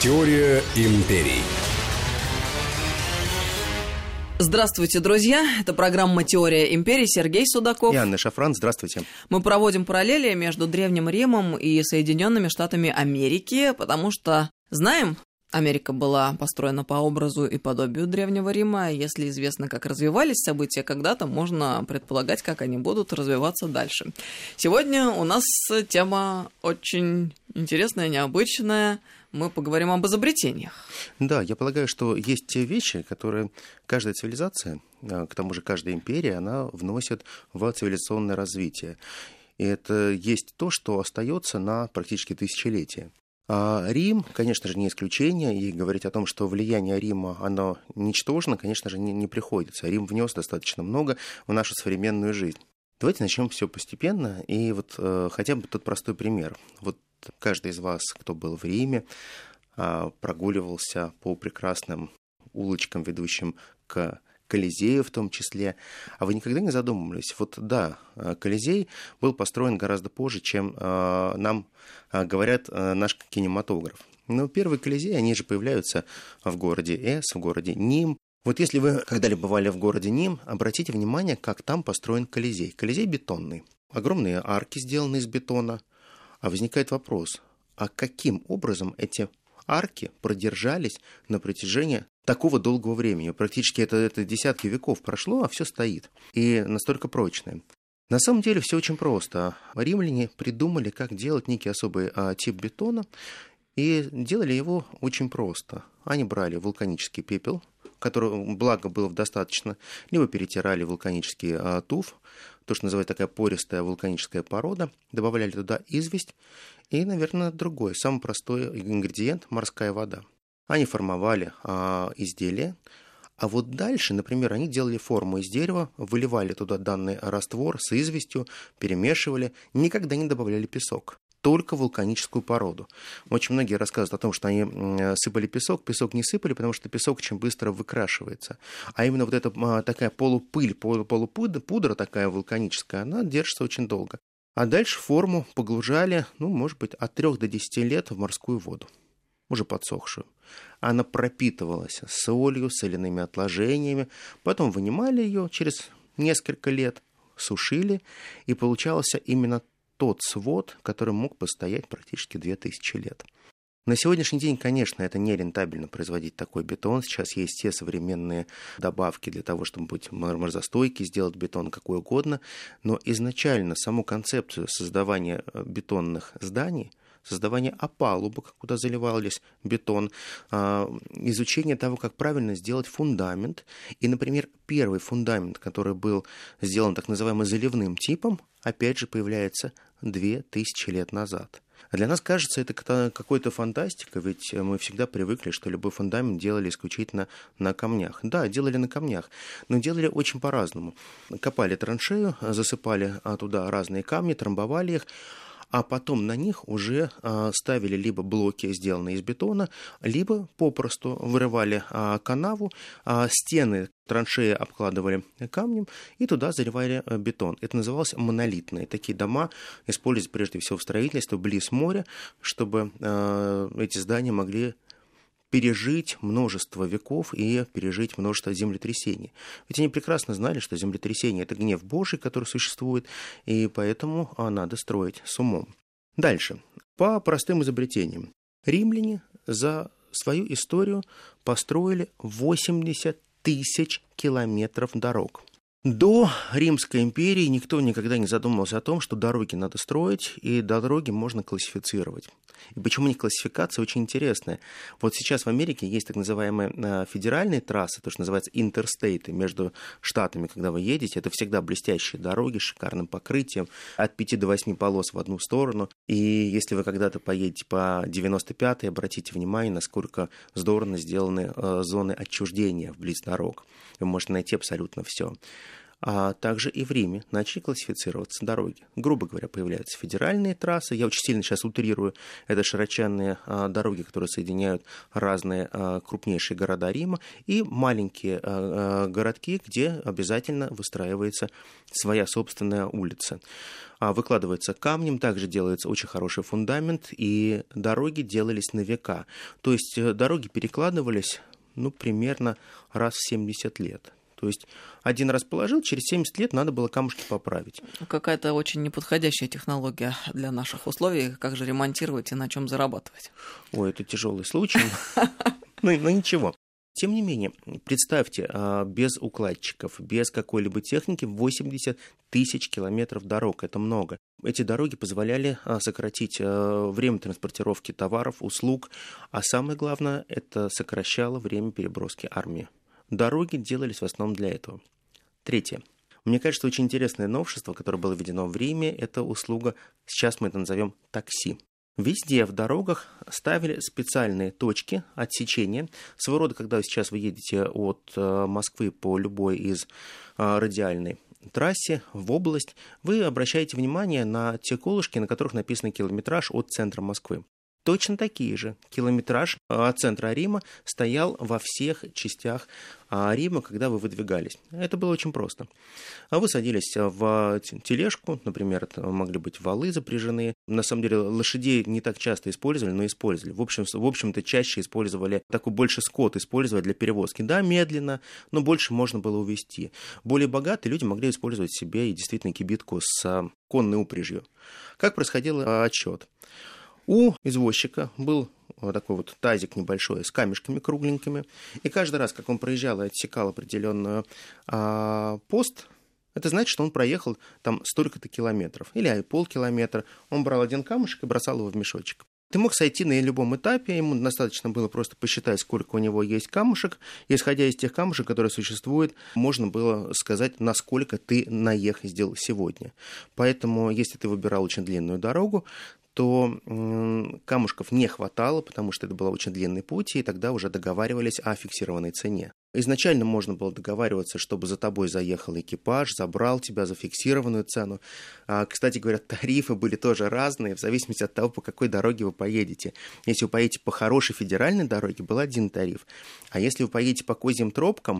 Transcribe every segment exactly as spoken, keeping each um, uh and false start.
Теория империй. Здравствуйте, друзья. Это программа «Теория империй». Сергей Судаков. И Анна Шафран. Здравствуйте. Мы проводим параллели между Древним Римом и Соединенными Штатами Америки, потому что, знаем, Америка была построена по образу и подобию Древнего Рима. Если известно, как развивались события когда-то, можно предполагать, как они будут развиваться дальше. Сегодня у нас тема очень интересная, необычная. Мы поговорим об изобретениях. Да, я полагаю, что есть те вещи, которые каждая цивилизация, к тому же каждая империя, она вносит в цивилизационное развитие. И это есть то, что остается на практически тысячелетия. А Рим, конечно же, не исключение, и говорить о том, что влияние Рима, оно ничтожно, конечно же, не, не приходится. Рим внес достаточно много в нашу современную жизнь. Давайте начнем все постепенно, и вот э, хотя бы тот простой пример. Вот каждый из вас, кто был в Риме, э, прогуливался по прекрасным улочкам, ведущим к Колизею в том числе, а вы никогда не задумывались? Вот да, Колизей был построен гораздо позже, чем э, нам э, говорят э, наш кинематограф. Но первые Колизеи, они же появляются в городе Эс, в городе Ним. Вот если вы когда-либо бывали в городе Ним, обратите внимание, как там построен Колизей. Колизей бетонный. Огромные арки сделаны из бетона. А возникает вопрос, а каким образом эти арки продержались на протяжении такого долгого времени? Практически это, это десятки веков прошло, а все стоит. И настолько прочное. На самом деле все очень просто. Римляне придумали, как делать некий особый а, тип бетона, и делали его очень просто. Они брали вулканический пепел, которого, благо, было достаточно, либо перетирали вулканический а, туф, то, что называется такая пористая вулканическая порода, добавляли туда известь и, наверное, другой, самый простой ингредиент – морская вода. Они формовали а, изделие, а вот дальше, например, они делали форму из дерева, выливали туда данный раствор с известью, перемешивали, никогда не добавляли песок. Только вулканическую породу. Очень многие рассказывают о том, что они сыпали песок. Песок не сыпали, потому что песок очень быстро выкрашивается. А именно вот эта такая полупыль, полупудра такая вулканическая, она держится очень долго. А дальше форму погружали, ну, может быть, от трёх до десяти лет в морскую воду, уже подсохшую. Она пропитывалась солью, соляными отложениями. Потом вынимали ее через несколько лет, сушили, и получался именно тот свод, который мог постоять практически две тысячи лет. На сегодняшний день, конечно, это нерентабельно производить такой бетон. Сейчас есть все современные добавки для того, чтобы быть морозостойкий, сделать бетон какой угодно. Но изначально саму концепцию создавания бетонных зданий, создавание опалубок, куда заливались бетон, изучение того, как правильно сделать фундамент. И, например, первый фундамент, который был сделан так называемым заливным типом, опять же, появляется две тысячи лет назад. А для нас кажется, это какой-то фантастика, ведь мы всегда привыкли, что любой фундамент делали исключительно на камнях. Да, делали на камнях, но делали очень по-разному. Копали траншею, засыпали туда разные камни, трамбовали их, а потом на них уже а, ставили либо блоки, сделанные из бетона, либо попросту вырывали а, канаву, а, стены траншеи обкладывали камнем и туда заливали а, бетон. Это называлось монолитные. Такие дома используются прежде всего в строительстве близ моря, чтобы а, эти здания могли пережить множество веков и пережить множество землетрясений. Ведь они прекрасно знали, что землетрясение – это гнев Божий, который существует, и поэтому надо строить с умом. Дальше. По простым изобретениям. Римляне за свою историю построили восемьдесят тысяч километров дорог. До Римской империи никто никогда не задумывался о том, что дороги надо строить, и дороги можно классифицировать. И почему не классификация очень интересная. Вот сейчас в Америке есть так называемые федеральные трассы, то, что называется интерстейты, между штатами, когда вы едете. Это всегда блестящие дороги с шикарным покрытием, от пяти до восьми полос в одну сторону. И если вы когда-то поедете по девяносто пятой, обратите внимание, насколько здорово сделаны зоны отчуждения вблизи дорог. Вы можете найти абсолютно все. А также и в Риме начали классифицироваться дороги. Грубо говоря, появляются федеральные трассы. Я очень сильно сейчас утрирую. Это широченные а, дороги, которые соединяют разные а, крупнейшие города Рима, и маленькие а, а, городки, где обязательно выстраивается своя собственная улица. А, выкладывается камнем, также делается очень хороший фундамент, и дороги делались на века. То есть дороги перекладывались, ну, примерно раз в семьдесят лет. То есть один раз положил, через семьдесят лет надо было камушки поправить. Какая-то очень неподходящая технология для наших условий. Как же ремонтировать и на чем зарабатывать? Ой, это тяжелый случай. Ну ничего. Тем не менее, представьте, без укладчиков, без какой-либо техники восемьдесят тысяч километров дорог. Это много. Эти дороги позволяли сократить время транспортировки товаров, услуг, а самое главное, это сокращало время переброски армии. Дороги делались в основном для этого. Третье. Мне кажется, очень интересное новшество, которое было введено в Риме, это услуга, сейчас мы это назовем такси. Везде в дорогах ставили специальные точки отсечения. Своего рода, когда сейчас вы едете от Москвы по любой из радиальной трассе в область, вы обращаете внимание на те колышки, на которых написан километраж от центра Москвы. Точно такие же. Километраж от центра Рима стоял во всех частях Рима, когда вы выдвигались. Это было очень просто. Вы садились в тележку, например, это могли быть валы запряжены. На самом деле лошадей не так часто использовали, но использовали. В общем, в общем-то, чаще использовали, такой больше скот использовали для перевозки. Да, медленно, но больше можно было увезти. Более богатые люди могли использовать себе и действительно кибитку с конной упряжью. Как происходил отсчет? У извозчика был вот такой вот тазик небольшой с камешками кругленькими, и каждый раз, как он проезжал и отсекал определенную а, пост, это значит, что он проехал там столько-то километров, или полкилометра. Он брал один камушек и бросал его в мешочек. Ты мог сойти на любом этапе, ему достаточно было просто посчитать, сколько у него есть камушек, и исходя из тех камушек, которые существуют, можно было сказать, насколько ты наехал сделал сегодня. Поэтому, если ты выбирал очень длинную дорогу, то камушков не хватало, потому что это был очень длинный путь, и тогда уже договаривались о фиксированной цене. Изначально можно было договариваться, чтобы за тобой заехал экипаж, забрал тебя за фиксированную цену. Кстати говоря, тарифы были тоже разные, в зависимости от того, по какой дороге вы поедете. Если вы поедете по хорошей федеральной дороге, был один тариф. А если вы поедете по козьим тропкам,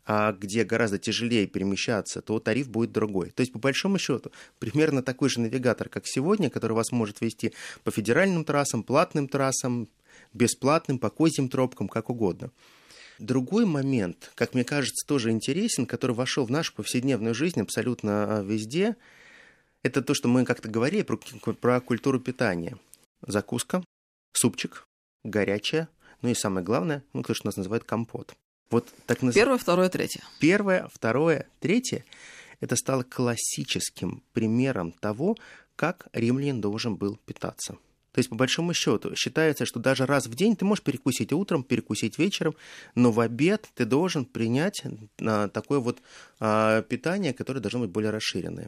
где гораздо тяжелее перемещаться, то тариф будет другой. То есть, по большому счету, примерно такой же навигатор, как сегодня, который вас может вести по федеральным трассам, платным трассам, бесплатным, по козьим тропкам, как угодно. Другой момент, как мне кажется, тоже интересен, который вошел в нашу повседневную жизнь абсолютно везде, это то, что мы как-то говорили про, про культуру питания. Закуска, супчик, горячая, ну и самое главное, ну, то, что нас называют компот. Вот так наз... Первое, второе, третье. Первое, второе, третье – это стало классическим примером того, как римлянин должен был питаться. То есть, по большому счету, считается, что даже раз в день ты можешь перекусить утром, перекусить вечером, но в обед ты должен принять а, такое вот а, питание, которое должно быть более расширенное.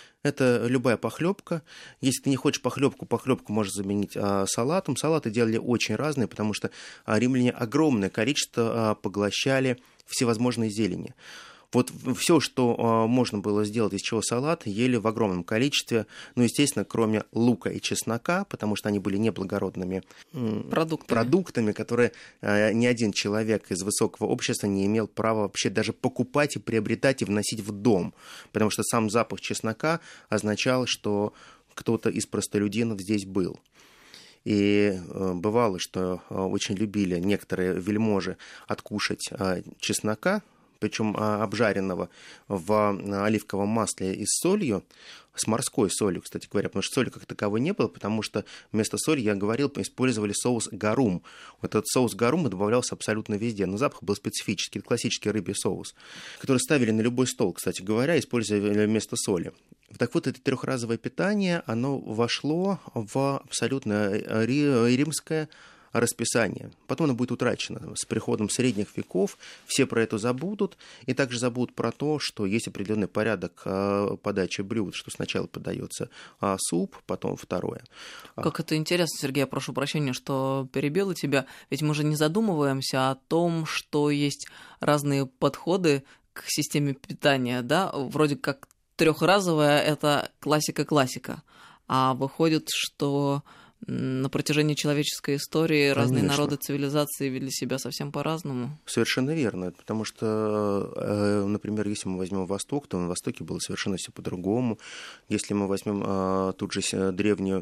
Это любая похлебка. Если ты не хочешь похлебку, похлебку можешь заменить а, салатом. Салаты делали очень разные, потому что а, римляне огромное количество а, поглощали всевозможные зелени. Вот все, что а, можно было сделать, из чего салат, ели в огромном количестве. Ну, естественно, кроме лука и чеснока, потому что они были неблагородными продуктами, продуктами которые а, ни один человек из высокого общества не имел права вообще даже покупать и приобретать и вносить в дом. Потому что сам запах чеснока означал, что кто-то из простолюдинов здесь был. И э, бывало, что э, очень любили некоторые вельможи откушать э, чеснока, причем обжаренного в оливковом масле и с солью, с морской солью, кстати говоря, потому что соли как таковой не было, потому что вместо соли, я говорил, использовали соус гарум. Вот этот соус гарум добавлялся абсолютно везде, но запах был специфический, классический рыбий соус, который ставили на любой стол, кстати говоря, используя вместо соли. Так вот, это трехразовое питание, оно вошло в абсолютно римское расписание. Потом оно будет утрачено. С приходом средних веков все про это забудут, и также забудут про то, что есть определенный порядок подачи блюд, что сначала подается суп, потом второе. Как это интересно, Сергей, я прошу прощения, что перебила тебя, ведь мы же не задумываемся о том, что есть разные подходы к системе питания, да, вроде как трехразовая это классика-классика, а выходит, что на протяжении человеческой истории Конечно. Разные народы, цивилизации вели себя совсем по-разному. Совершенно верно, потому что, например, если мы возьмем Восток, то на Востоке было совершенно все по-другому. Если мы возьмем тут же древнюю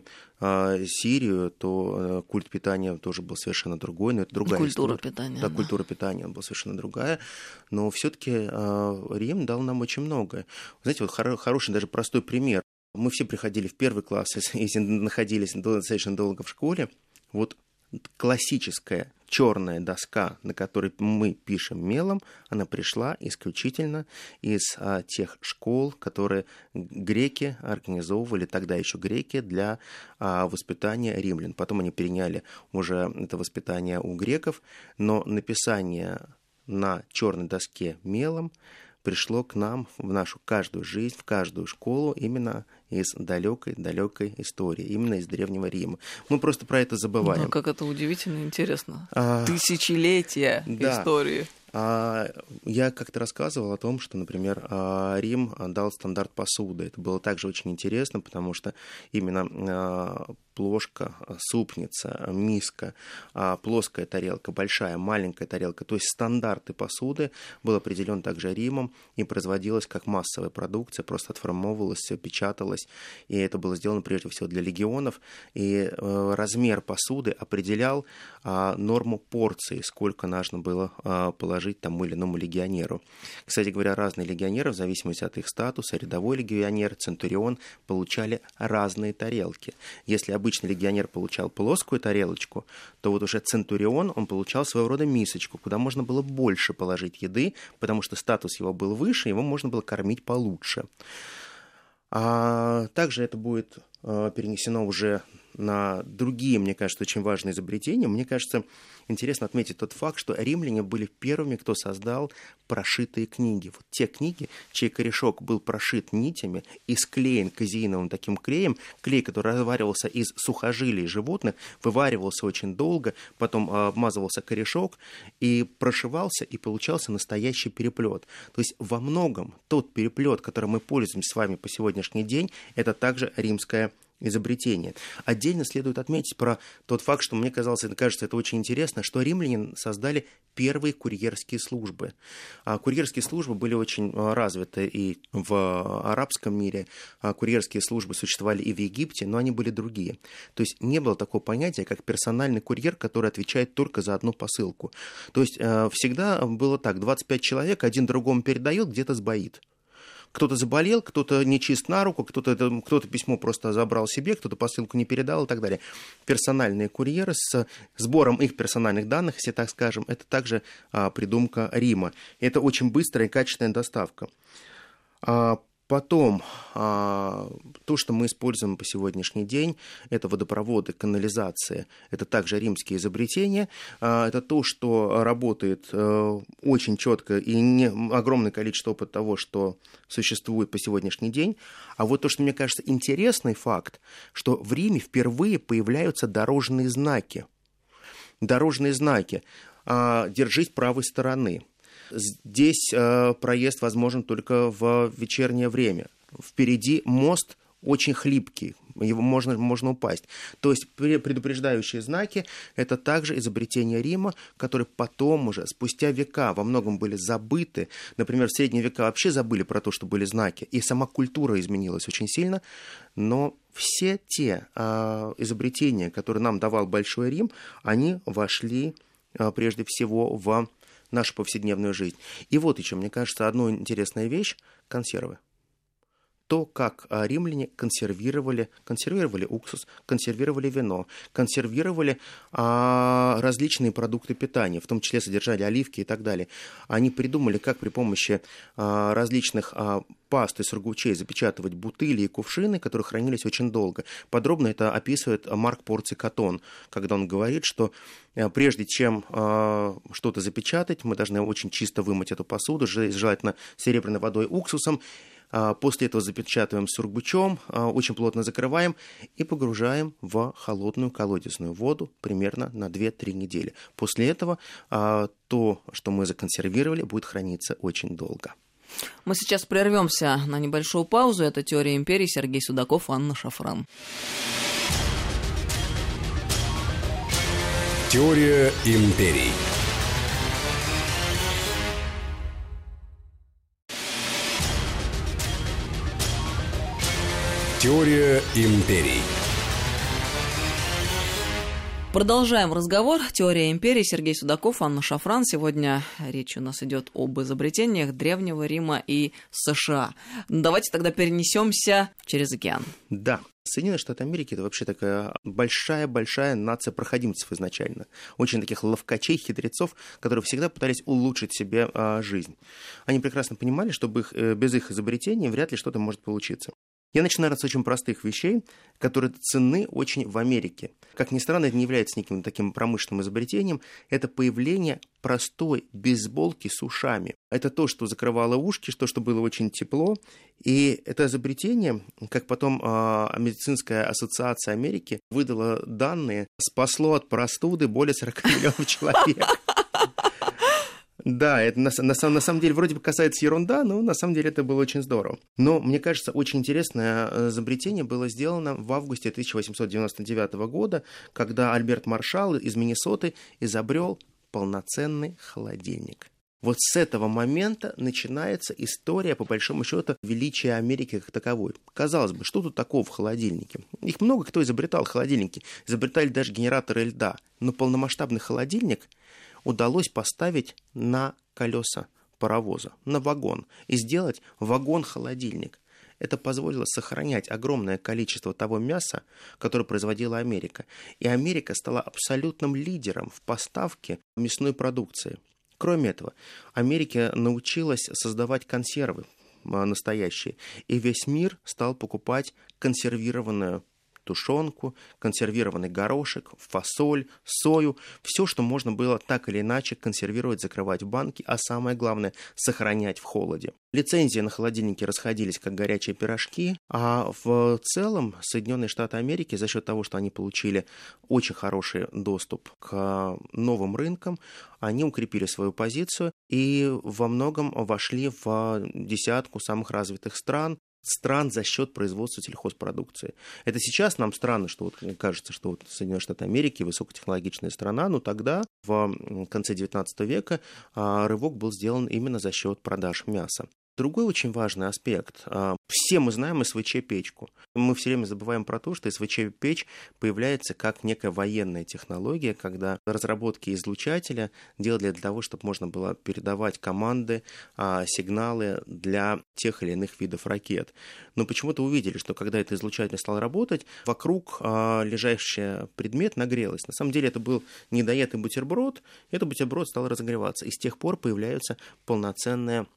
Сирию, то культ питания тоже был совершенно другой, но это другая культура история. питания. Да, да, культура питания была совершенно другая, но все-таки Рим дал нам очень многое. Знаете, вот хороший даже простой пример. Мы все приходили в первый класс, если находились достаточно долго в школе. Вот классическая черная доска, на которой мы пишем мелом, она пришла исключительно из а, тех школ, которые греки организовывали, тогда еще греки, для а, воспитания римлян. Потом они переняли уже это воспитание у греков, но написание на черной доске мелом пришло к нам в нашу каждую жизнь, в каждую школу именно из далекой-далекой истории, именно из Древнего Рима. Мы просто про это забываем. Ну, как это удивительно интересно. А, Тысячелетия да. истории. А, я как-то рассказывал о том, что, например, Рим дал стандарт посуды. Это было также очень интересно, потому что именно плошка, супница, миска, плоская тарелка, большая, маленькая тарелка, то есть стандарты посуды был определен также Римом и производилась как массовая продукция, просто отформовывалась, печаталась, и это было сделано прежде всего для легионов, и размер посуды определял норму порции, сколько нужно было положить тому или иному легионеру. Кстати говоря, разные легионеры, в зависимости от их статуса, рядовой легионер, центурион, получали разные тарелки. Если обычный легионер получал плоскую тарелочку, то вот уже центурион, он получал своего рода мисочку, куда можно было больше положить еды, потому что статус его был выше, его можно было кормить получше. А также это будет перенесено уже на другие, мне кажется, очень важные изобретения. Мне кажется, интересно отметить тот факт, что римляне были первыми, кто создал прошитые книги. Вот те книги, чей корешок был прошит нитями и склеен казеиновым таким клеем, клей, который разваривался из сухожилий животных, вываривался очень долго, потом обмазывался корешок и прошивался, и получался настоящий переплет. То есть во многом тот переплет, которым мы пользуемся с вами по сегодняшний день, это также римское изобретение. Отдельно следует отметить про тот факт, что мне казалось, это кажется, это очень интересно, что римляне создали первые курьерские службы. А курьерские службы были очень развиты и в арабском мире. А курьерские службы существовали и в Египте, но они были другие. То есть не было такого понятия, как персональный курьер, который отвечает только за одну посылку. То есть всегда было так, двадцать пять человек, один другому передает, где-то сбоит. Кто-то заболел, кто-то нечист на руку, кто-то, кто-то письмо просто забрал себе, кто-то посылку не передал и так далее. Персональные курьеры с сбором их персональных данных, если так скажем, это также а, придумка Рима. Это очень быстрая и качественная доставка. А, Потом, то, что мы используем по сегодняшний день, это водопроводы, канализация, это также римские изобретения, это то, что работает очень четко и не огромное количество опыта того, что существует по сегодняшний день. А вот то, что мне кажется интересный факт, что в Риме впервые появляются дорожные знаки. Дорожные знаки «Держись правой стороны». Здесь э, проезд возможен только в вечернее время. Впереди мост очень хлипкий, его можно, можно упасть. То есть предупреждающие знаки – это также изобретение Рима, которые потом уже, спустя века, во многом были забыты. Например, в средние века вообще забыли про то, что были знаки, и сама культура изменилась очень сильно. Но все те э, изобретения, которые нам давал Большой Рим, они вошли э, прежде всего в нашу повседневную жизнь. И вот еще, мне кажется, одна интересная вещь – консервы. То, как римляне консервировали, консервировали уксус, консервировали вино, консервировали а, различные продукты питания, в том числе содержали оливки и так далее. Они придумали, как при помощи а, различных а, паст и сургучей запечатывать бутыли и кувшины, которые хранились очень долго. Подробно это описывает Марк Порций Катон, когда он говорит, что прежде чем а, что-то запечатать, мы должны очень чисто вымыть эту посуду, желательно серебряной водой, уксусом. После этого запечатываем сургучом, очень плотно закрываем и погружаем в холодную колодезную воду примерно на две-три недели. После этого то, что мы законсервировали, будет храниться очень долго. Мы сейчас прервемся на небольшую паузу. Это «Теория империи», Сергей Судаков, Анна Шафран. Теория империй. Теория империй. Продолжаем разговор. Теория империи. Сергей Судаков, Анна Шафран. Сегодня речь у нас идет об изобретениях Древнего Рима и США. Давайте тогда перенесемся через океан. Да. Соединенные Штаты Америки — это вообще такая большая-большая нация проходимцев изначально. Очень таких ловкачей, хитрецов, которые всегда пытались улучшить себе а, жизнь. Они прекрасно понимали, что их, без их изобретений вряд ли что-то может получиться. Я начну, наверное, с очень простых вещей, которые ценны очень в Америке. Как ни странно, это не является неким таким промышленным изобретением. Это появление простой бейсболки с ушами. Это то, что закрывало ушки, то, что было очень тепло. И это изобретение, как потом э, медицинская ассоциация Америки выдала данные, спасло от простуды более сорок миллионов человек. Да, это на, на, на самом деле вроде бы касается ерунда, но на самом деле это было очень здорово. Но, мне кажется, очень интересное изобретение было сделано в августе тысяча восемьсот девяносто девятого года, когда Альберт Маршалл из Миннесоты изобрел полноценный холодильник. Вот с этого момента начинается история, по большому счету, величия Америки как таковой. Казалось бы, что тут такого в холодильнике? Их много кто изобретал холодильники, изобретали даже генераторы льда, но полномасштабный холодильник удалось поставить на колеса паровоза, на вагон, и сделать вагон-холодильник. Это позволило сохранять огромное количество того мяса, которое производила Америка. И Америка стала абсолютным лидером в поставке мясной продукции. Кроме этого, Америка научилась создавать консервы настоящие, и весь мир стал покупать консервированную тушенку, консервированный горошек, фасоль, сою, все, что можно было так или иначе консервировать, закрывать в банки, а самое главное – сохранять в холоде. Лицензии на холодильники расходились как горячие пирожки, а в целом Соединенные Штаты Америки за счет того, что они получили очень хороший доступ к новым рынкам, они укрепили свою позицию и во многом вошли в десятку самых развитых стран, стран за счет производства сельхозпродукции. Это сейчас нам странно, что вот кажется, что вот Соединенные Штаты Америки высокотехнологичная страна, но тогда, в конце девятнадцатого века, рывок был сделан именно за счет продаж мяса. Другой очень важный аспект. Все мы знаем эс вэ че-печку. Мы все время забываем про то, что эс вэ че-печь появляется как некая военная технология, когда разработки излучателя делали для того, чтобы можно было передавать команды, сигналы для тех или иных видов ракет. Но почему-то увидели, что когда этот излучатель стал работать, вокруг лежащий предмет нагрелся. На самом деле это был недоедый бутерброд, и этот бутерброд стал разогреваться. И с тех пор появляются полноценные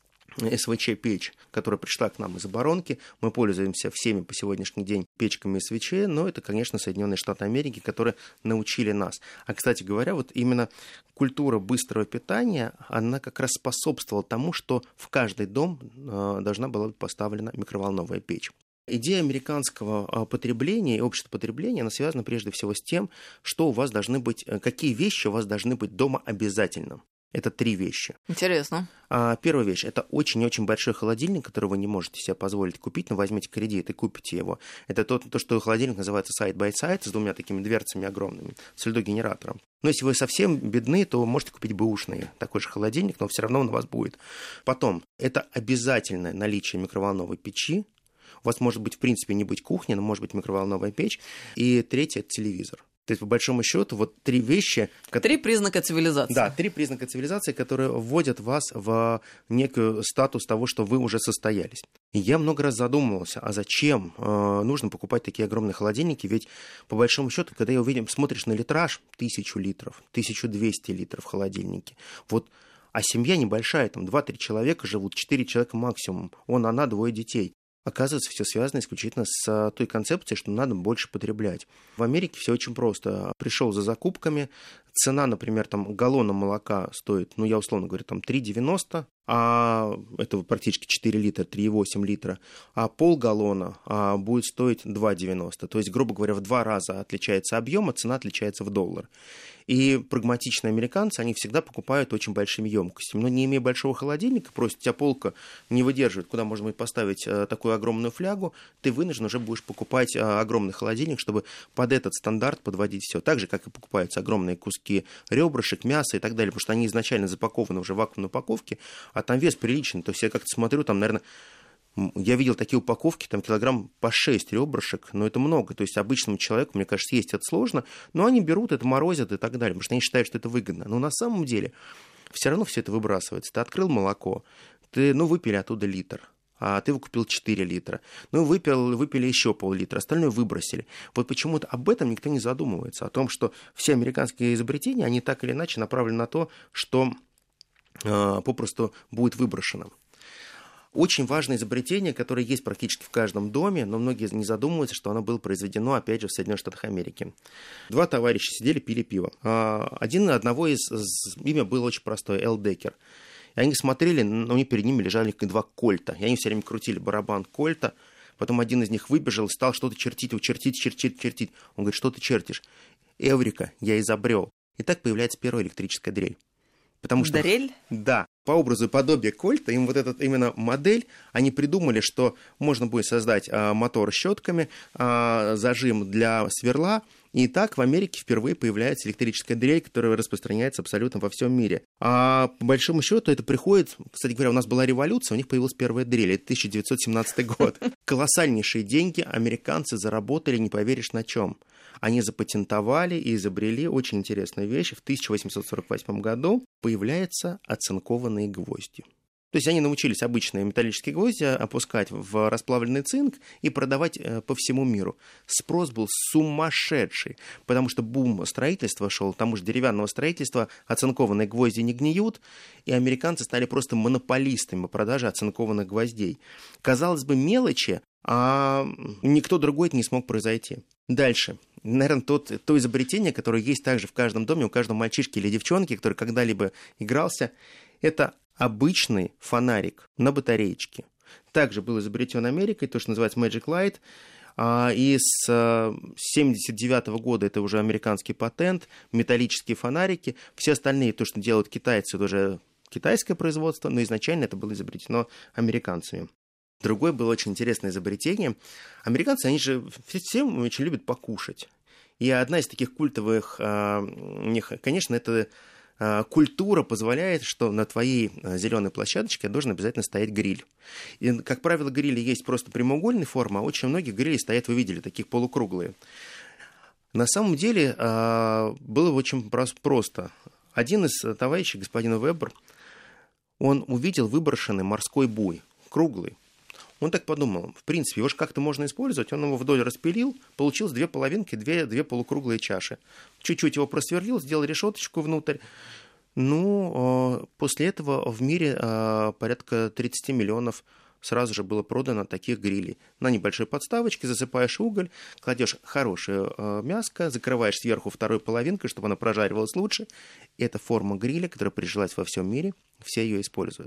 эс вэ че-печь, которая пришла к нам из оборонки. Мы пользуемся всеми по сегодняшний день печками эс вэ че, но это, конечно, Соединенные Штаты Америки, которые научили нас. А, кстати говоря, вот именно культура быстрого питания, она как раз способствовала тому, что в каждый дом должна была быть поставлена микроволновая печь. Идея американского потребления и общества потребления, она связана прежде всего с тем, что у вас должны быть, какие вещи у вас должны быть дома обязательно. Это три вещи. Интересно. Первая вещь – это очень-очень большой холодильник, который вы не можете себе позволить купить, но возьмите кредит и купите его. Это то, то что холодильник называется side-by-side, с двумя такими дверцами огромными, с льдогенератором. Но если вы совсем бедны, то можете купить бэушный такой же холодильник, но все равно он у вас будет. Потом, это обязательное наличие микроволновой печи. У вас может быть, в принципе, не быть кухни, но может быть микроволновая печь. И третье – это телевизор. То есть, по большому счету, вот три вещи... Три признака цивилизации. Да, три признака цивилизации, которые вводят вас в некий статус того, что вы уже состоялись. И я много раз задумывался, а зачем э, нужно покупать такие огромные холодильники? Ведь, по большому счету, когда я увидел, смотришь на литраж, тысячу литров, тысяча двести литров в холодильнике. Вот, а семья небольшая, там два-три человека живут, четыре человека максимум. Он, она, двое детей. Оказывается, все связано исключительно с той концепцией, что надо больше потреблять. В Америке все очень просто. Пришел за закупками, цена, например, там, галлона молока стоит, ну, я условно говорю, там, три девяносто, а это практически четыре литра, три и восемь литра, а полгаллона а, будет стоить два девяносто. То есть, грубо говоря, в два раза отличается объем, а цена отличается в доллар. И прагматичные американцы, они всегда покупают очень большими емкостями. Но не имея большого холодильника, просто у тебя полка не выдерживает, куда можно будет поставить а, такую огромную флягу, ты вынужден уже будешь покупать а, огромный холодильник, чтобы под этот стандарт подводить все. Так же, как и покупаются огромные куски ребрышек, мяса и так далее, потому что они изначально запакованы уже в вакуумной упаковке, а там вес приличный. То есть я как-то смотрю, там, наверное, я видел такие упаковки, там килограмм по шесть ребрышек, но это много. То есть обычному человеку, мне кажется, есть это сложно, но они берут это, морозят и так далее, потому что они считают, что это выгодно. Но на самом деле все равно все это выбрасывается. Ты открыл молоко, ты, ну, выпили оттуда литр, а ты купил четыре литра. Ну, выпил, выпили еще пол-литра, остальное выбросили. Вот почему-то об этом никто не задумывается, о том, что все американские изобретения, они так или иначе направлены на то, что э, попросту будет выброшено. Очень важное изобретение, которое есть практически в каждом доме, но многие не задумываются, что оно было произведено, опять же, в Соединенных Штатах Америки. Два товарища сидели, пили пиво. Один одного из, имя было очень простое, Эл Деккер. И они смотрели, но они перед ними лежали два кольта. И они все время крутили барабан кольта. Потом один из них выбежал и стал что-то чертить, чертить, чертить, чертить. Он говорит, что ты чертишь? Эврика, я изобрел. И так появляется первая электрическая дрель. Потому что, дрель? Да, по образу и подобию кольта, им вот эта именно модель, они придумали, что можно будет создать а, мотор с щетками, а, зажим для сверла, и так в Америке впервые появляется электрическая дрель, которая распространяется абсолютно во всем мире. А по большому счету это приходит, кстати говоря, у нас была революция, у них появилась первая дрель, это тысяча девятьсот семнадцатый год. Колоссальнейшие деньги американцы заработали, не поверишь на чем. Они запатентовали и изобрели очень интересную вещь. В тысяча восемьсот сорок восьмом году появляются оцинкованные гвозди. То есть они научились обычные металлические гвозди опускать в расплавленный цинк и продавать по всему миру. Спрос был сумасшедший, потому что бум строительства шел, тому же деревянного строительства, оцинкованные гвозди не гниют, и американцы стали просто монополистами по продаже оцинкованных гвоздей. Казалось бы, мелочи, а никто другой это не смог произойти. Дальше. Наверное, тот, то изобретение, которое есть также в каждом доме, у каждого мальчишки или девчонки, который когда-либо игрался, это обычный фонарик на батареечке. Также был изобретен Америкой, то, что называется Magic Light. И с семьдесят девятого года это уже американский патент, металлические фонарики. Все остальные, то, что делают китайцы, это уже китайское производство, но изначально это было изобретено американцами. Другое было очень интересное изобретение. Американцы, они же все очень любят покушать. И одна из таких культовых у них, конечно, это культура позволяет, что на твоей зеленой площадочке должен обязательно стоять гриль. И, как правило, грили есть просто прямоугольной формы, а очень многие грили стоят, вы видели, таких полукруглые. На самом деле было очень просто. Один из товарищей, господин Вебер, он увидел выброшенный морской буй, круглый. Он так подумал, в принципе, его же как-то можно использовать, он его вдоль распилил, получилось две половинки, две, две полукруглые чаши. Чуть-чуть его просверлил, сделал решеточку внутрь. Ну, после этого в мире порядка тридцать миллионов сразу же было продано таких грилей. На небольшой подставочке засыпаешь уголь, кладешь хорошее мяско, закрываешь сверху второй половинкой, чтобы она прожаривалась лучше. Это форма гриля, которая прижилась во всем мире, все ее используют.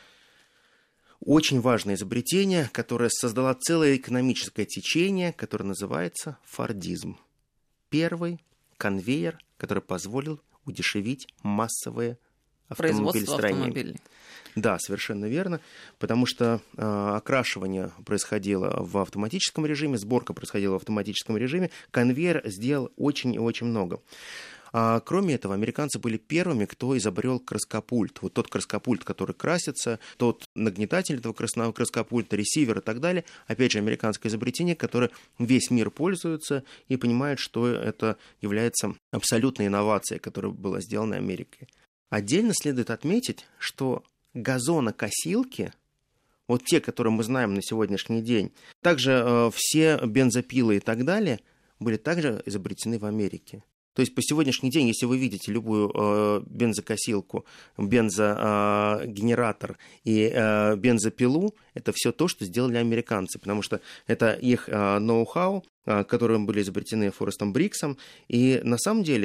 Очень важное изобретение, которое создало целое экономическое течение, которое называется фордизм. Первый конвейер, который позволил удешевить массовое автомобилестроение. Да, совершенно верно, потому что э, окрашивание происходило в автоматическом режиме, сборка происходила в автоматическом режиме, конвейер сделал очень и очень много. А, кроме этого, американцы были первыми, кто изобрел краскопульт. Вот тот краскопульт, который красится, тот нагнетатель этого краскопульта, ресивер и так далее. Опять же, американское изобретение, которое весь мир пользуется и понимает, что это является абсолютной инновацией, которая была сделана Америкой. Отдельно следует отметить, что газонокосилки, вот те, которые мы знаем на сегодняшний день, также э, все бензопилы и так далее, были также изобретены в Америке. То есть по сегодняшний день, если вы видите любую э, бензокосилку, бензогенератор э, и э, бензопилу, это все то, что сделали американцы, потому что это их э, ноу-хау, э, которые были изобретены Форестом Бриксом. И на самом деле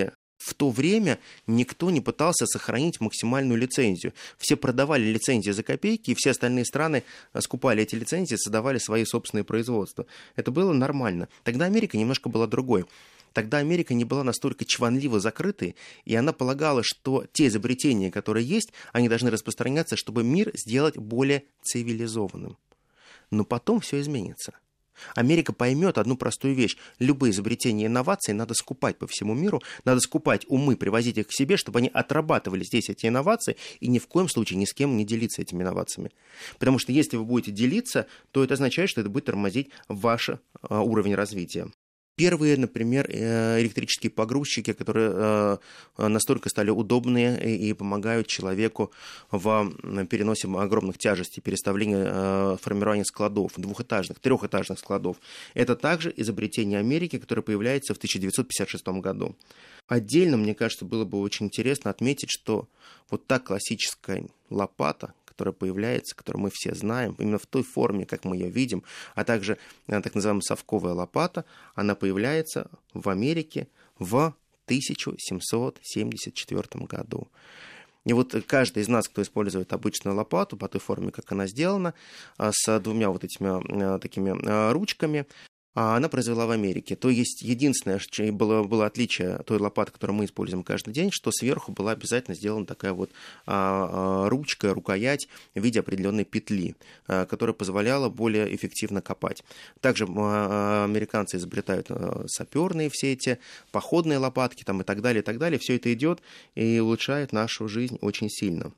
В то время никто не пытался сохранить максимальную лицензию. Все продавали лицензии за копейки, и все остальные страны скупали эти лицензии, создавали свои собственные производства. Это было нормально. Тогда Америка немножко была другой. Тогда Америка не была настолько чванливо закрытой, и она полагала, что те изобретения, которые есть, они должны распространяться, чтобы мир сделать более цивилизованным. Но потом все изменится. Америка поймет одну простую вещь. Любые изобретения и инновации надо скупать по всему миру, надо скупать умы, привозить их к себе, чтобы они отрабатывали здесь эти инновации, и ни в коем случае ни с кем не делиться этими инновациями. Потому что если вы будете делиться, то это означает, что это будет тормозить ваш а, уровень развития. Первые, например, электрические погрузчики, которые настолько стали удобные и помогают человеку в переносе огромных тяжестей, переставлении, формировании складов, двухэтажных, трехэтажных складов. Это также изобретение Америки, которое появляется в тысяча девятьсот пятьдесят шестом году. Отдельно, мне кажется, было бы очень интересно отметить, что вот та классическая лопата, которая появляется, которую мы все знаем, именно в той форме, как мы ее видим, а также так называемая совковая лопата, она появляется в Америке в тысяча семьсот семьдесят четвёртом году. И вот каждый из нас, кто использует обычную лопату по той форме, как она сделана, с двумя вот этими такими ручками, она произвела в Америке. То есть единственное, что было, было отличие той лопаты, которую мы используем каждый день, что сверху была обязательно сделана такая вот а, а, ручка, рукоять в виде определенной петли, а, которая позволяла более эффективно копать. Также а, американцы изобретают а, саперные все эти, походные лопатки там, и так далее, и так далее. Все это идет и улучшает нашу жизнь очень сильно.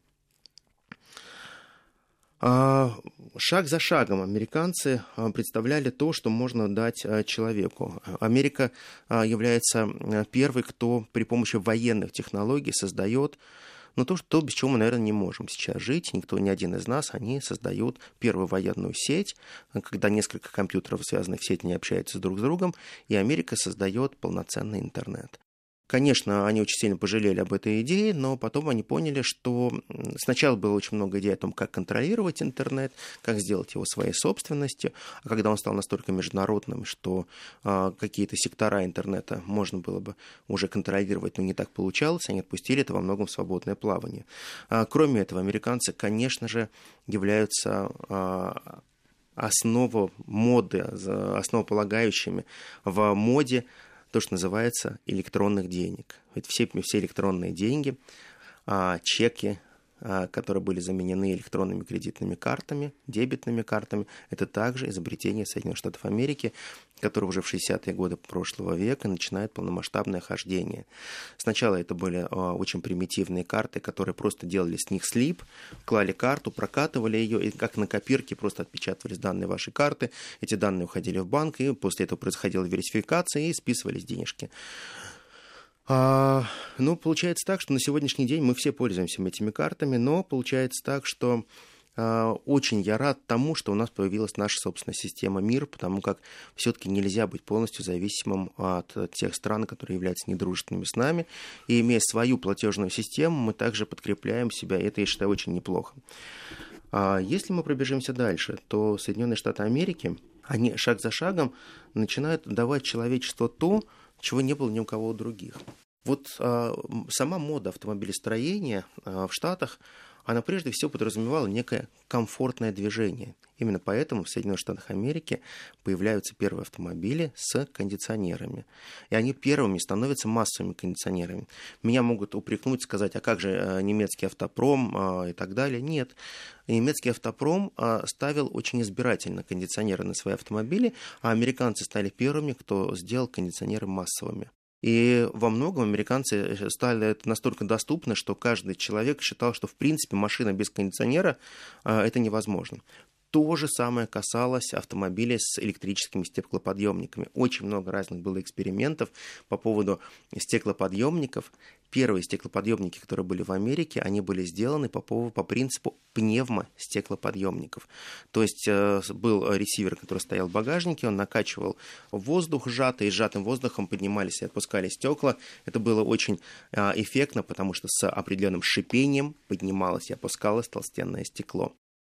Шаг за шагом американцы представляли то, что можно дать человеку. Америка является первой, кто при помощи военных технологий создает, ну, то, что, без чего мы, наверное, не можем сейчас жить. Никто, ни один из нас, они создают первую военную сеть, когда несколько компьютеров, связанных в сеть, не общаются друг с другом, и Америка создает полноценный интернет. Конечно, они очень сильно пожалели об этой идее, но потом они поняли, что сначала было очень много идей о том, как контролировать интернет, как сделать его своей собственностью, а когда он стал настолько международным, что а, какие-то сектора интернета можно было бы уже контролировать, но не так получалось, они отпустили это во многом в свободное плавание. А, кроме этого, американцы, конечно же, являются а, основой моды, основополагающими в моде, то, что называется электронных денег. Ведь все, все электронные деньги, а, чеки, а, которые были заменены электронными кредитными картами, дебетными картами, это также изобретение Соединенных Штатов Америки, которое уже в шестидесятые годы прошлого века начинает полномасштабное хождение. Сначала это были а, очень примитивные карты, которые просто делали с них слип, клали карту, прокатывали ее, и как на копирке просто отпечатывались данные вашей карты, эти данные уходили в банк, и после этого происходила верификация, и списывались денежки. А, ну, получается так, что на сегодняшний день мы все пользуемся этими картами, но получается так, что а, очень я рад тому, что у нас появилась наша собственная система МИР, потому как все-таки нельзя быть полностью зависимым от тех стран, которые являются недружественными с нами, и имея свою платежную систему, мы также подкрепляем себя, и это, я считаю, очень неплохо. А если мы пробежимся дальше, то Соединенные Штаты Америки, они шаг за шагом начинают давать человечеству то, чего не было ни у кого у других. Вот а, сама мода автомобилестроения а, в Штатах, она прежде всего подразумевала некое комфортное движение. Именно поэтому в Соединенных Штатах Америки появляются первые автомобили с кондиционерами. И они первыми становятся массовыми кондиционерами. Меня могут упрекнуть, сказать, а как же немецкий автопром а, и так далее. Нет. Немецкий автопром а, ставил очень избирательно кондиционеры на свои автомобили, а американцы стали первыми, кто сделал кондиционеры массовыми. И во многом американцы стали это настолько доступно, что каждый человек считал, что в принципе машина без кондиционера а, это невозможно. То же самое касалось автомобилей с электрическими стеклоподъемниками. Очень много разных было экспериментов по поводу стеклоподъемников. Первые стеклоподъемники, которые были в Америке, они были сделаны по, поводу, по принципу пневмостеклоподъемников. То есть э, был ресивер, который стоял в багажнике, он накачивал воздух сжатый, и сжатым воздухом поднимались и отпускали стекла. Это было очень э, эффектно, потому что с определенным шипением поднималось и опускалось толстенное стекло.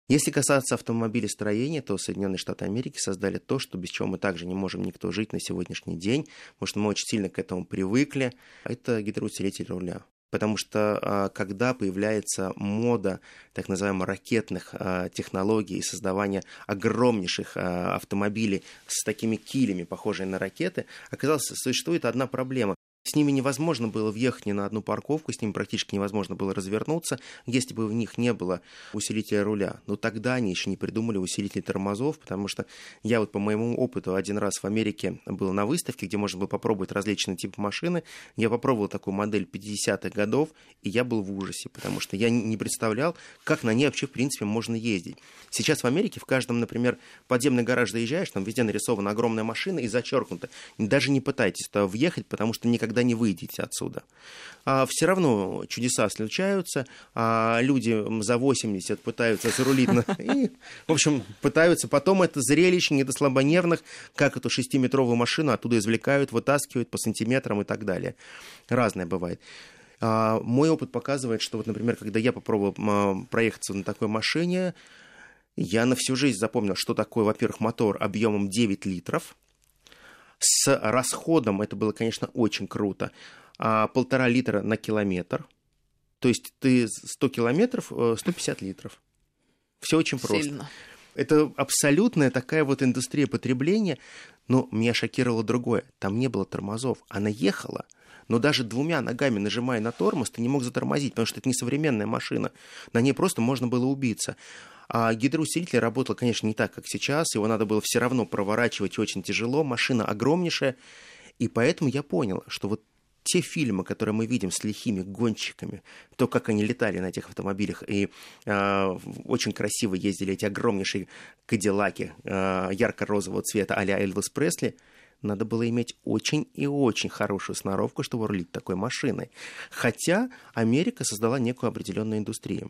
Если касаться автомобилестроения, то Соединенные Штаты Америки создали то, что без чего мы также не можем никто жить на сегодняшний день, потому что мы очень сильно к этому привыкли. Это гидроусилитель руля. Потому что когда появляется мода так называемых ракетных технологий и создавания огромнейших автомобилей с такими килями, похожими на ракеты, оказалось, существует одна проблема. С ними невозможно было въехать ни на одну парковку, с ними практически невозможно было развернуться, если бы в них не было усилителя руля. Но тогда они еще не придумали усилитель тормозов, потому что я вот по моему опыту один раз в Америке был на выставке, где можно было попробовать различные типы машины. Я попробовал такую модель пятидесятых годов, и я был в ужасе, потому что я не представлял, как на ней вообще в принципе можно ездить. Сейчас в Америке в каждом, например, подземный гараж заезжаешь, там везде нарисована огромная машина и зачеркнуто. Даже не пытайтесь туда въехать, потому что никогда не выйдете отсюда. А все равно чудеса случаются, а люди за восемьдесят пытаются зарулить, на... и, в общем, пытаются. Потом это зрелище не до слабонервных, как эту шестиметровую машину оттуда извлекают, вытаскивают по сантиметрам и так далее. Разное бывает. А, мой опыт показывает, что, вот, например, когда я попробовал а, проехаться на такой машине, я на всю жизнь запомнил, что такое, во-первых, мотор объемом девять литров, с расходом, это было, конечно, очень круто, полтора литра на километр. То есть ты сто километров, сто пятьдесят литров. Все очень просто. Сильно. Это абсолютная такая вот индустрия потребления. Но меня шокировало другое. Там не было тормозов. Она ехала, но даже двумя ногами нажимая на тормоз, ты не мог затормозить, потому что это не современная машина. На ней просто можно было убиться. А гидроусилитель работал, конечно, не так, как сейчас. Его надо было все равно проворачивать очень тяжело. Машина огромнейшая. И поэтому я понял, что вот те фильмы, которые мы видим с лихими гонщиками, то, как они летали на этих автомобилях и э, очень красиво ездили эти огромнейшие кадиллаки э, ярко-розового цвета а-ля Элвис Пресли, надо было иметь очень и очень хорошую сноровку, чтобы рулить такой машиной. Хотя Америка создала некую определенную индустрию.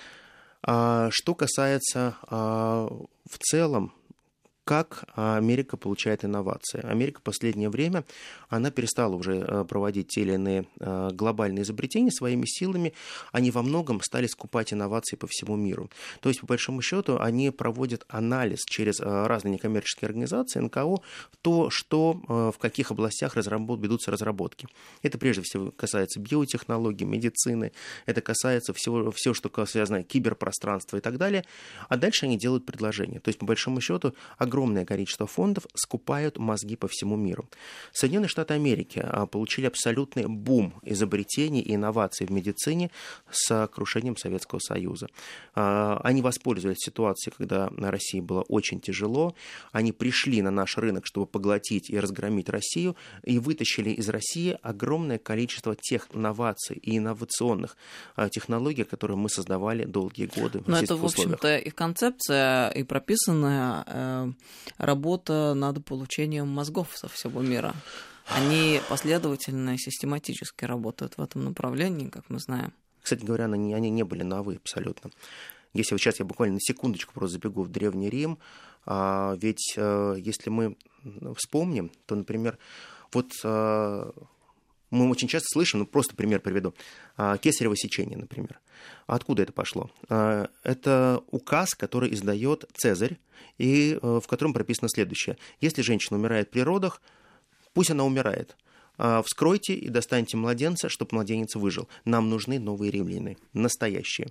А, что касается а, в целом, как Америка получает инновации. Америка в последнее время, она перестала уже проводить те или иные глобальные изобретения своими силами, они во многом стали скупать инновации по всему миру. То есть, по большому счету, они проводят анализ через разные некоммерческие организации, эн ка о, то, что в каких областях разработ... ведутся разработки. Это прежде всего касается биотехнологий, медицины, это касается всего, всего, что связано с киберпространством и так далее. А дальше они делают предложения. То есть, по большому счету, огромное огромное количество фондов скупают мозги по всему миру. Соединенные Штаты Америки получили абсолютный бум изобретений и инноваций в медицине с крушением Советского Союза. Они воспользовались ситуацией, когда на России было очень тяжело. Они пришли на наш рынок, чтобы поглотить и разгромить Россию, и вытащили из России огромное количество тех инноваций и инновационных технологий, которые мы создавали долгие годы. Но это, в общем-то, и концепция, и прописанная работа над получением мозгов со всего мира. Они последовательно и систематически работают в этом направлении, как мы знаем. Кстати говоря, они, они не были новы абсолютно. Если вот сейчас я буквально на секундочку просто забегу в Древний Рим, а, ведь а, если мы вспомним, то, например, вот а, мы очень часто слышим, ну просто пример приведу, а, кесарево сечение, например. Откуда это пошло? А, это указ, который издает Цезарь, и а, в котором прописано следующее. Если женщина умирает при родах, пусть она умирает. Вскройте и достаньте младенца, чтобы младенец выжил. Нам нужны новые римляне, настоящие.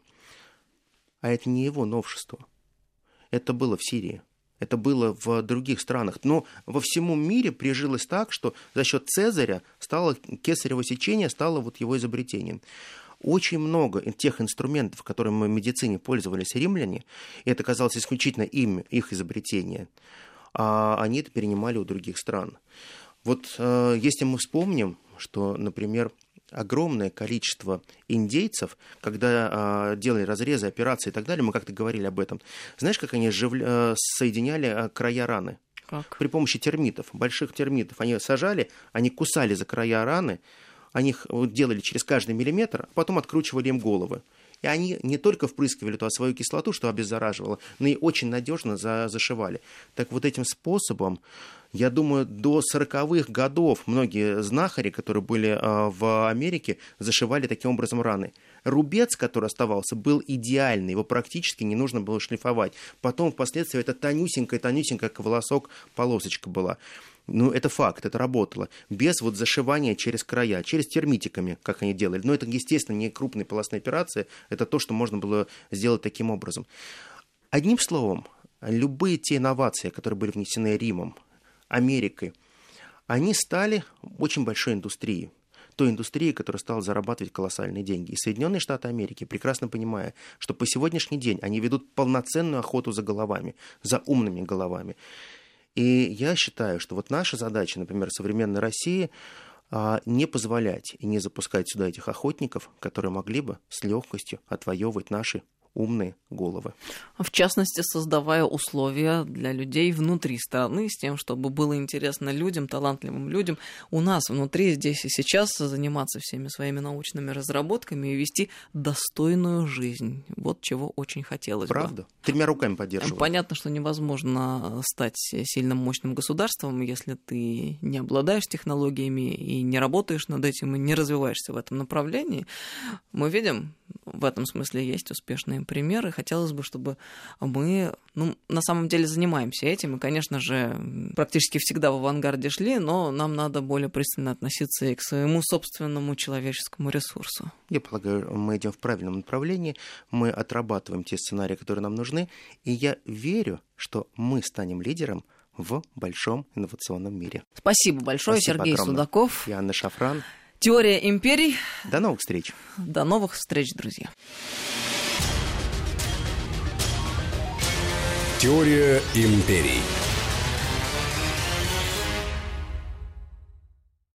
А это не его новшество. Это было в Сирии. Это было в других странах. Но во всему мире прижилось так, что за счет Цезаря стало кесарево сечение, стало вот его изобретением. Очень много тех инструментов, которыми в медицине пользовались римляне, и это казалось исключительно им, их изобретение, а они это перенимали у других стран. Вот э, если мы вспомним, что, например, огромное количество индейцев, когда э, делали разрезы, операции и так далее, мы как-то говорили об этом, знаешь, как они жив... э, соединяли э, края раны? Как? При помощи термитов, больших термитов. Они сажали, они кусали за края раны, они их делали через каждый миллиметр, а потом откручивали им головы. И они не только впрыскивали туда свою кислоту, что обеззараживало, но и очень надежно за, зашивали. Так вот этим способом, я думаю, до сороковых годов многие знахари, которые были э, в Америке, зашивали таким образом раны. рубец, который оставался, был идеальный, его практически не нужно было шлифовать. Потом, впоследствии, это тонюсенькая-тонюсенькая, как волосок, полосочка была. Ну, это факт, это работало. Без вот зашивания через края, через термитиками, как они делали. Но это, естественно, не крупные полостные операции, это то, что можно было сделать таким образом. Одним словом, любые те инновации, которые были внесены Римом, Америкой, они стали очень большой индустрией. Той индустрии, которая стала зарабатывать колоссальные деньги. И Соединенные Штаты Америки, прекрасно понимая, что по сегодняшний день они ведут полноценную охоту за головами, за умными головами. И я считаю, что вот наша задача, например, современной России, не позволять и не запускать сюда этих охотников, которые могли бы с легкостью отвоевывать наши умные головы. В частности, создавая условия для людей внутри страны, с тем, чтобы было интересно людям, талантливым людям у нас внутри, здесь и сейчас, заниматься всеми своими научными разработками и вести достойную жизнь. Вот чего очень хотелось Правда? бы. Правда? Тремя руками поддерживаю. Понятно, что невозможно стать сильным, мощным государством, если ты не обладаешь технологиями и не работаешь над этим, и не развиваешься в этом направлении. Мы видим, в этом смысле есть успешные примеры. Хотелось бы, чтобы мы, ну, на самом деле занимаемся этим, и, конечно же, практически всегда в авангарде шли, но нам надо более пристально относиться и к своему собственному человеческому ресурсу. Я полагаю, мы идем в правильном направлении, мы отрабатываем те сценарии, которые нам нужны, и я верю, что мы станем лидером в большом инновационном мире. Спасибо большое, Спасибо Сергей огромное. Судаков. И Анна Шафран. Теория империй. До новых встреч. До новых встреч, друзья. Теория империй.